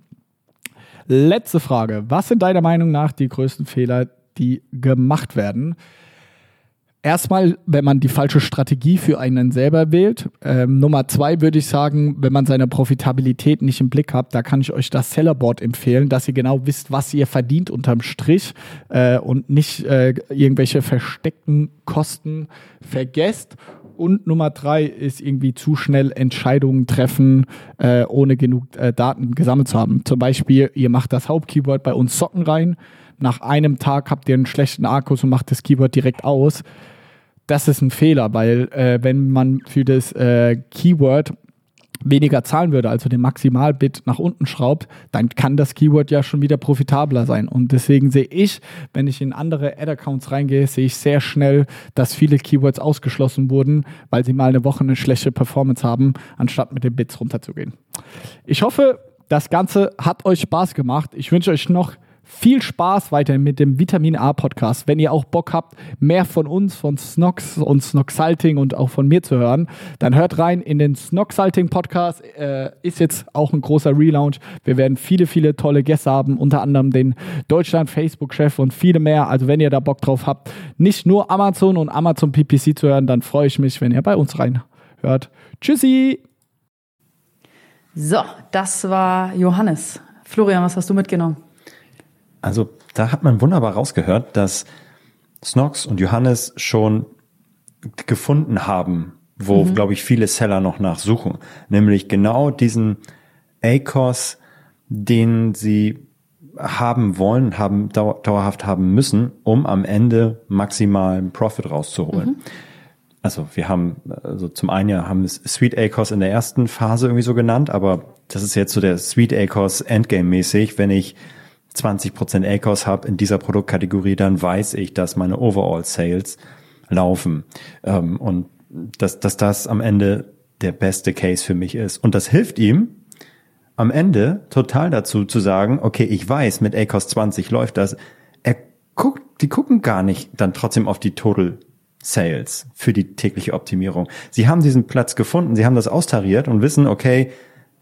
Letzte Frage. Was sind deiner Meinung nach die größten Fehler, die gemacht werden? Erstmal, wenn man die falsche Strategie für einen selber wählt. Ähm, Nummer zwei würde ich sagen, wenn man seine Profitabilität nicht im Blick hat, da kann ich euch das Sellerboard empfehlen, dass ihr genau wisst, was ihr verdient unterm Strich äh, und nicht äh, irgendwelche versteckten Kosten vergesst. Und Nummer drei ist irgendwie zu schnell Entscheidungen treffen, äh, ohne genug äh, Daten gesammelt zu haben. Zum Beispiel, ihr macht das Hauptkeyword bei uns Socken rein. Nach einem Tag habt ihr einen schlechten A R C O und macht das Keyword direkt aus. Das ist ein Fehler, weil äh, wenn man für das äh, Keyword weniger zahlen würde, also den Maximalbid nach unten schraubt, dann kann das Keyword ja schon wieder profitabler sein. Und deswegen sehe ich, wenn ich in andere Ad-Accounts reingehe, sehe ich sehr schnell, dass viele Keywords ausgeschlossen wurden, weil sie mal eine Woche eine schlechte Performance haben, anstatt mit den Bids runterzugehen. Ich hoffe, das Ganze hat euch Spaß gemacht. Ich wünsche euch noch viel Spaß weiter mit dem Vitamin A Podcast. Wenn ihr auch Bock habt, mehr von uns, von Snox und Snoxalting und auch von mir zu hören, dann hört rein in den Snoxalting Podcast. Äh, ist jetzt auch ein großer Relaunch. Wir werden viele, viele tolle Gäste haben, unter anderem den Deutschland-Facebook-Chef und viele mehr. Also wenn ihr da Bock drauf habt, nicht nur Amazon und Amazon P P C zu hören, dann freue ich mich, wenn ihr bei uns reinhört. Tschüssi! So, das war Johannes. Florian, was hast du mitgenommen? Also da hat man wunderbar rausgehört, dass Snox und Johannes schon gefunden haben, wo, mhm. glaube ich, viele Seller noch nachsuchen. Nämlich genau diesen A C O S, den sie haben wollen, haben dau- dauerhaft haben müssen, um am Ende maximalen Profit rauszuholen. Mhm. Also wir haben, also zum einen ja haben wir Sweet A C O S in der ersten Phase irgendwie so genannt, aber das ist jetzt so der Sweet A C O S Endgame-mäßig. Wenn ich zwanzig Prozent A C O S habe in dieser Produktkategorie, dann weiß ich, dass meine Overall-Sales laufen. Ähm, und dass, dass das am Ende der beste Case für mich ist. Und das hilft ihm am Ende total dazu zu sagen, okay, ich weiß, mit A C O S zwanzig läuft das. Er guckt, die gucken gar nicht dann trotzdem auf die Total Sales für die tägliche Optimierung. Sie haben diesen Platz gefunden, sie haben das austariert und wissen, okay,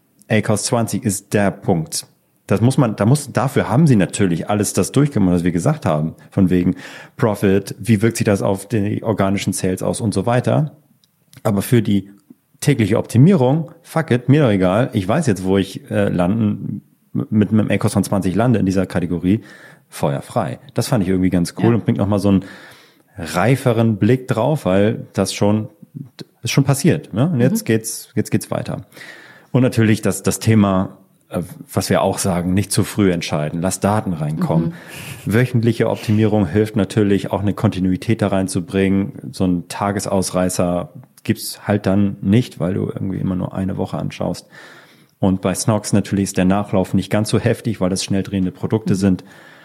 A C O S zwanzig ist der Punkt. Das muss man, da muss, dafür haben sie natürlich alles das durchgemacht, was wir gesagt haben. Von wegen Profit, wie wirkt sich das auf die organischen Sales aus und so weiter. Aber für die tägliche Optimierung, fuck it, mir doch egal. Ich weiß jetzt, wo ich äh, landen, mit, mit einem A C O S von zwanzig lande in dieser Kategorie, feuerfrei. Das fand ich irgendwie ganz cool ja. und bringt nochmal so einen reiferen Blick drauf, weil das schon, ist schon passiert. Ne? Und jetzt mhm. geht's, jetzt geht's weiter. Und natürlich das, das Thema, was wir auch sagen, nicht zu früh entscheiden. Lass Daten reinkommen. Mhm. Wöchentliche Optimierung hilft natürlich auch eine Kontinuität da reinzubringen. So ein Tagesausreißer gibt's halt dann nicht, weil du irgendwie immer nur eine Woche anschaust. Und bei Snox natürlich ist der Nachlauf nicht ganz so heftig, weil das schnell drehende Produkte mhm. sind.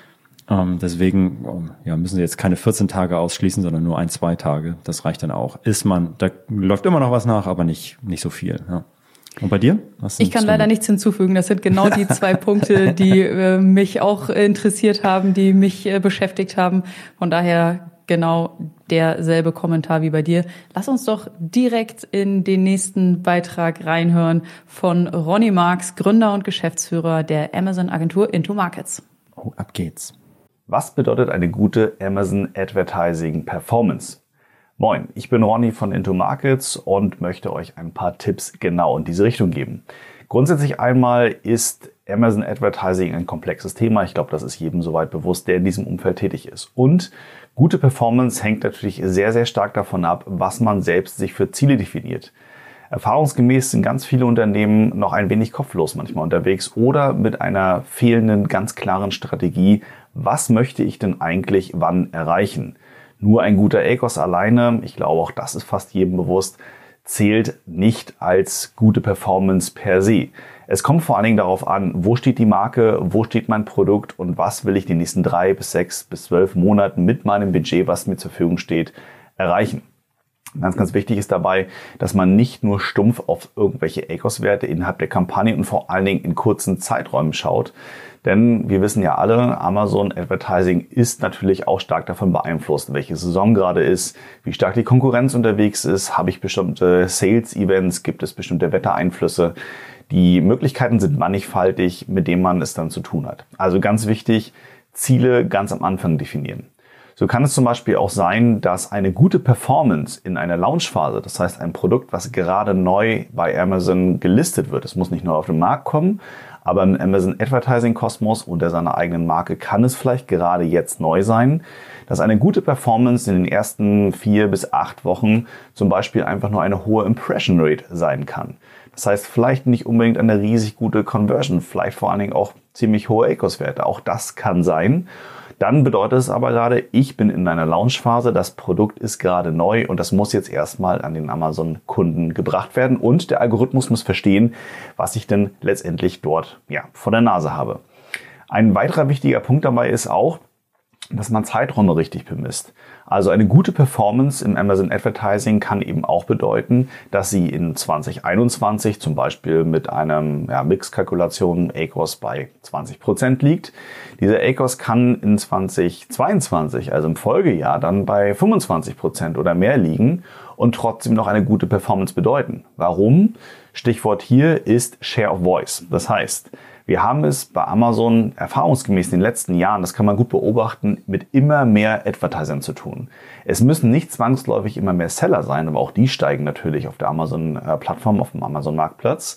Ähm, deswegen ja, müssen sie jetzt keine vierzehn Tage ausschließen, sondern nur ein, zwei Tage. Das reicht dann auch. Ist man, da läuft immer noch was nach, aber nicht, nicht so viel. Ja. Und bei dir? Was ich kann leider nichts hinzufügen. Das sind genau die zwei Punkte, die äh, mich auch interessiert haben, die mich äh, beschäftigt haben. Von daher genau derselbe Kommentar wie bei dir. Lass uns doch direkt in den nächsten Beitrag reinhören von Ronny Marx, Gründer und Geschäftsführer der Amazon-Agentur Into Markets. Oh, ab geht's. Was bedeutet eine gute Amazon Advertising Performance? Moin, ich bin Ronny von Into Markets und möchte euch ein paar Tipps genau in diese Richtung geben. Grundsätzlich einmal ist Amazon Advertising ein komplexes Thema. Ich glaube, das ist jedem soweit bewusst, der in diesem Umfeld tätig ist. Und gute Performance hängt natürlich sehr, sehr stark davon ab, was man selbst sich für Ziele definiert. Erfahrungsgemäß sind ganz viele Unternehmen noch ein wenig kopflos manchmal unterwegs oder mit einer fehlenden, ganz klaren Strategie. Was möchte ich denn eigentlich wann erreichen? Nur ein guter A C O S alleine, ich glaube auch das ist fast jedem bewusst, zählt nicht als gute Performance per se. Es kommt vor allen Dingen darauf an, wo steht die Marke, wo steht mein Produkt und was will ich die nächsten drei bis sechs bis zwölf Monaten mit meinem Budget, was mir zur Verfügung steht, erreichen. Ganz, ganz wichtig ist dabei, dass man nicht nur stumpf auf irgendwelche A C O S-Werte innerhalb der Kampagne und vor allen Dingen in kurzen Zeiträumen schaut. Denn wir wissen ja alle, Amazon Advertising ist natürlich auch stark davon beeinflusst, welche Saison gerade ist, wie stark die Konkurrenz unterwegs ist, habe ich bestimmte Sales-Events, gibt es bestimmte Wettereinflüsse. Die Möglichkeiten sind mannigfaltig, mit denen man es dann zu tun hat. Also ganz wichtig, Ziele ganz am Anfang definieren. So kann es zum Beispiel auch sein, dass eine gute Performance in einer Launchphase, das heißt ein Produkt, was gerade neu bei Amazon gelistet wird, es muss nicht nur auf den Markt kommen, aber im Amazon Advertising Kosmos unter seiner eigenen Marke kann es vielleicht gerade jetzt neu sein, dass eine gute Performance in den ersten vier bis acht Wochen zum Beispiel einfach nur eine hohe Impression Rate sein kann. Das heißt vielleicht nicht unbedingt eine riesig gute Conversion, vielleicht vor allen Dingen auch ziemlich hohe A C O S-Werte. Auch das kann sein. Dann bedeutet es aber gerade, ich bin in einer Launchphase, das Produkt ist gerade neu und das muss jetzt erstmal an den Amazon-Kunden gebracht werden und der Algorithmus muss verstehen, was ich denn letztendlich dort ja, vor der Nase habe. Ein weiterer wichtiger Punkt dabei ist auch, dass man Zeiträume richtig bemisst. Also eine gute Performance im Amazon Advertising kann eben auch bedeuten, dass sie in zwanzig einundzwanzig zum Beispiel mit einem ja, Mixkalkulation A C O S bei zwanzig Prozent liegt. Dieser A C O S kann in zwanzig zweiundzwanzig, also im Folgejahr, dann bei fünfundzwanzig Prozent oder mehr liegen und trotzdem noch eine gute Performance bedeuten. Warum? Stichwort hier ist Share of Voice. Das heißt, wir haben es bei Amazon erfahrungsgemäß in den letzten Jahren, das kann man gut beobachten, mit immer mehr Advertisern zu tun. Es müssen nicht zwangsläufig immer mehr Seller sein, aber auch die steigen natürlich auf der Amazon-Plattform, auf dem Amazon-Marktplatz.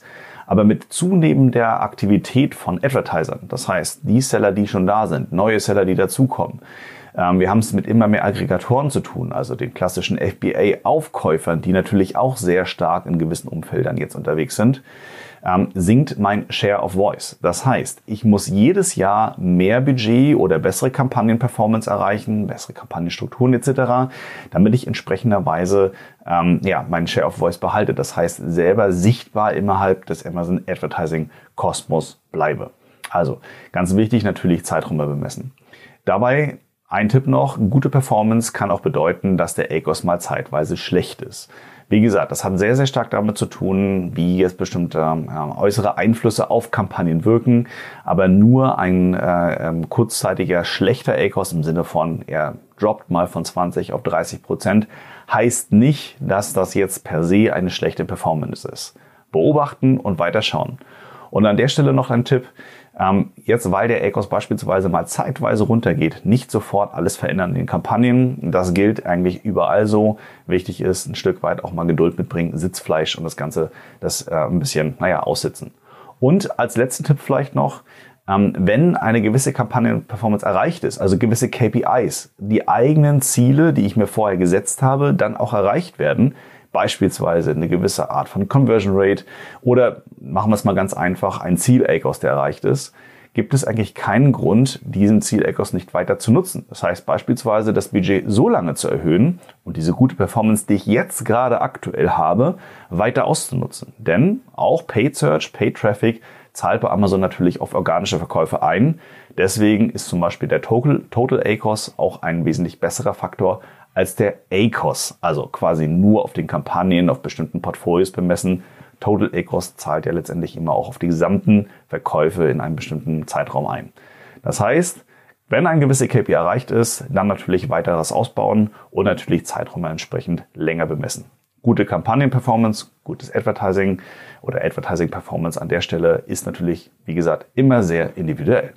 Aber mit zunehmender Aktivität von Advertisern, das heißt, die Seller, die schon da sind, neue Seller, die dazukommen, ähm, wir haben es mit immer mehr Aggregatoren zu tun, also den klassischen F B A-Aufkäufern, die natürlich auch sehr stark in gewissen Umfeldern jetzt unterwegs sind, ähm, sinkt mein Share of Voice. Das heißt, ich muss jedes Jahr mehr Budget oder bessere Kampagnenperformance erreichen, bessere Kampagnenstrukturen et cetera, damit ich entsprechenderweise ähm, ja, meinen Share of Voice behalte. Das heißt, selber sichtbar innerhalb des Amazon Advertising Kosmos bleibe. Also ganz wichtig natürlich Zeiträume bemessen. Dabei ein Tipp noch, gute Performance kann auch bedeuten, dass der A C O S mal zeitweise schlecht ist. Wie gesagt, das hat sehr, sehr stark damit zu tun, wie jetzt bestimmte äh, äußere Einflüsse auf Kampagnen wirken. Aber nur ein äh, äh, kurzzeitiger schlechter A C O S im Sinne von, er droppt mal von zwanzig auf dreißig Prozent, heißt nicht, dass das jetzt per se eine schlechte Performance ist. Beobachten und weiterschauen. Und an der Stelle noch ein Tipp. Ähm, jetzt, weil der A C O S beispielsweise mal zeitweise runtergeht, nicht sofort alles verändern in den Kampagnen. Das gilt eigentlich überall so. Wichtig ist, ein Stück weit auch mal Geduld mitbringen, Sitzfleisch und das Ganze das äh, ein bisschen, naja, aussitzen. Und als letzten Tipp vielleicht noch, ähm, wenn eine gewisse Kampagnenperformance erreicht ist, also gewisse K P Is, die eigenen Ziele, die ich mir vorher gesetzt habe, dann auch erreicht werden, beispielsweise eine gewisse Art von Conversion Rate oder machen wir es mal ganz einfach, ein Ziel-A C O S, der erreicht ist, gibt es eigentlich keinen Grund, diesen Ziel-A C O S nicht weiter zu nutzen. Das heißt beispielsweise, das Budget so lange zu erhöhen und diese gute Performance, die ich jetzt gerade aktuell habe, weiter auszunutzen. Denn auch Paid Search, Paid Traffic zahlt bei Amazon natürlich auf organische Verkäufe ein. Deswegen ist zum Beispiel der Total, Total A C O S auch ein wesentlich besserer Faktor als der A C O S, also quasi nur auf den Kampagnen, auf bestimmten Portfolios bemessen. Total A C O S zahlt ja letztendlich immer auch auf die gesamten Verkäufe in einem bestimmten Zeitraum ein. Das heißt, wenn ein gewisser K P I erreicht ist, dann natürlich weiteres ausbauen und natürlich Zeiträume entsprechend länger bemessen. Gute Kampagnenperformance, gutes Advertising oder Advertising-Performance an der Stelle ist natürlich, wie gesagt, immer sehr individuell.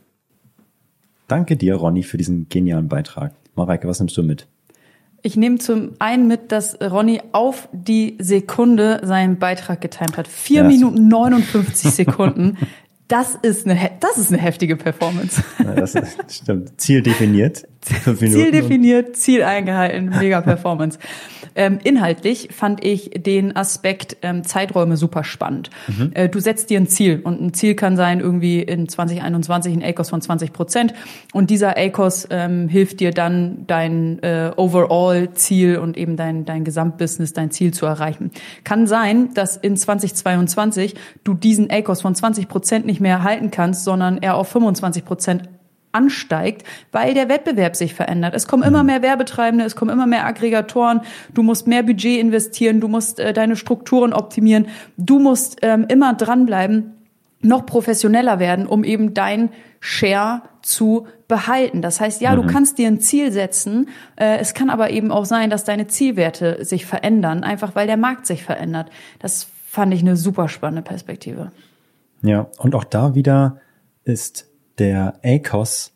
Danke dir, Ronny, für diesen genialen Beitrag. Mareike, was nimmst du mit? Ich nehme zum einen mit, dass Ronny auf die Sekunde seinen Beitrag getimt hat. Vier Ja, Minuten neunundfünfzig Sekunden. Das ist eine, das ist eine heftige Performance. Ja, das ist, stimmt. Ziel definiert. Fünf Minuten. Ziel definiert, Ziel eingehalten, mega Performance. Ähm, inhaltlich fand ich den Aspekt ähm, Zeiträume super spannend. Mhm. Äh, du setzt dir ein Ziel und ein Ziel kann sein irgendwie in zwanzig einundzwanzig ein A C O S von zwanzig Prozent und dieser A C O S ähm, hilft dir dann dein äh, Overall-Ziel und eben dein dein Gesamtbusiness, dein Ziel zu erreichen. Kann sein, dass in zwanzig zweiundzwanzig du diesen A C O S von zwanzig Prozent nicht mehr halten kannst, sondern er auf fünfundzwanzig Prozent ansteigt, weil der Wettbewerb sich verändert. Es kommen immer mehr Werbetreibende, es kommen immer mehr Aggregatoren, du musst mehr Budget investieren, du musst äh, deine Strukturen optimieren, du musst ähm, immer dranbleiben, noch professioneller werden, um eben dein Share zu behalten. Das heißt, ja, mhm. du kannst dir ein Ziel setzen, äh, es kann aber eben auch sein, dass deine Zielwerte sich verändern, einfach weil der Markt sich verändert. Das fand ich eine super spannende Perspektive. Ja, und auch da wieder ist der A C O S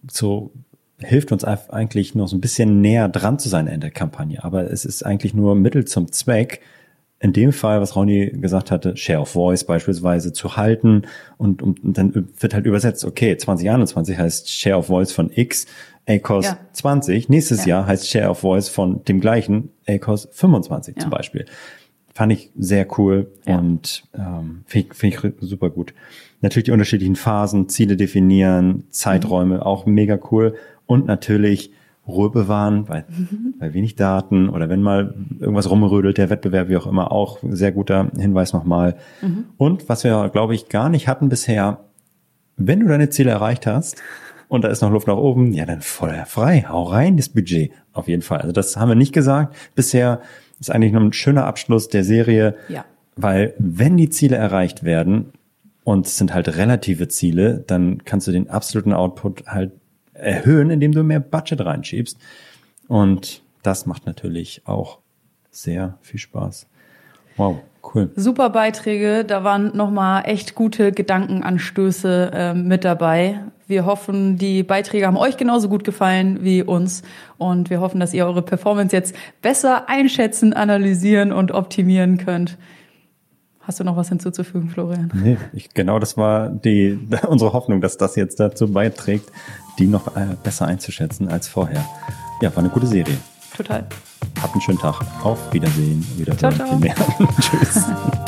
so hilft uns eigentlich noch so ein bisschen näher dran zu sein in der Kampagne. Aber es ist eigentlich nur Mittel zum Zweck, in dem Fall, was Ronny gesagt hatte, Share of Voice beispielsweise zu halten und, und, und dann wird halt übersetzt, okay, zwanzig einundzwanzig heißt Share of Voice von X, A C O S ja. zwanzig, nächstes ja. Jahr heißt Share of Voice von dem gleichen A C O S fünfundzwanzig ja. zum Beispiel. Fand ich sehr cool ja. und ähm, finde ich, find ich super gut. Natürlich die unterschiedlichen Phasen, Ziele definieren, Zeiträume, mhm. auch mega cool. Und natürlich Ruhe bewahren, bei, mhm. bei wenig Daten oder wenn mal irgendwas rumrödelt, der Wettbewerb, wie auch immer, auch sehr guter Hinweis nochmal. Mhm. Und was wir, glaube ich, gar nicht hatten bisher, wenn du deine Ziele erreicht hast und da ist noch Luft nach oben, ja, dann voll frei, hau rein, das Budget. Auf jeden Fall. Also das haben wir nicht gesagt. Bisher ist eigentlich noch ein schöner Abschluss der Serie, ja. weil wenn die Ziele erreicht werden und es sind halt relative Ziele, dann kannst du den absoluten Output halt erhöhen, indem du mehr Budget reinschiebst. Und das macht natürlich auch sehr viel Spaß. Wow, cool. Super Beiträge, da waren nochmal echt gute Gedankenanstöße äh, mit dabei. Wir hoffen, die Beiträge haben euch genauso gut gefallen wie uns und wir hoffen, dass ihr eure Performance jetzt besser einschätzen, analysieren und optimieren könnt. Hast du noch was hinzuzufügen, Florian? Nee, ich, genau das war die unsere Hoffnung, dass das jetzt dazu beiträgt, die noch äh, besser einzuschätzen als vorher. Ja, war eine gute Serie. Total. Habt einen schönen Tag. Auf Wiedersehen. Wiederhören. Ciao, ciao. Viel mehr. Tschüss.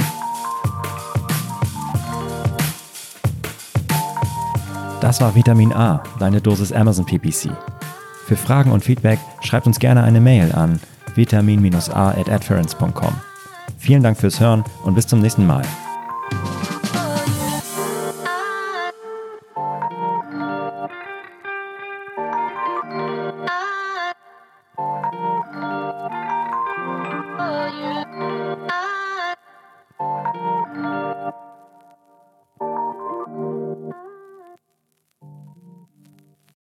Das war Vitamin A, deine Dosis Amazon P P C. Für Fragen und Feedback schreibt uns gerne eine Mail an vitamin a at adference punkt com. Vielen Dank fürs Hören und bis zum nächsten Mal.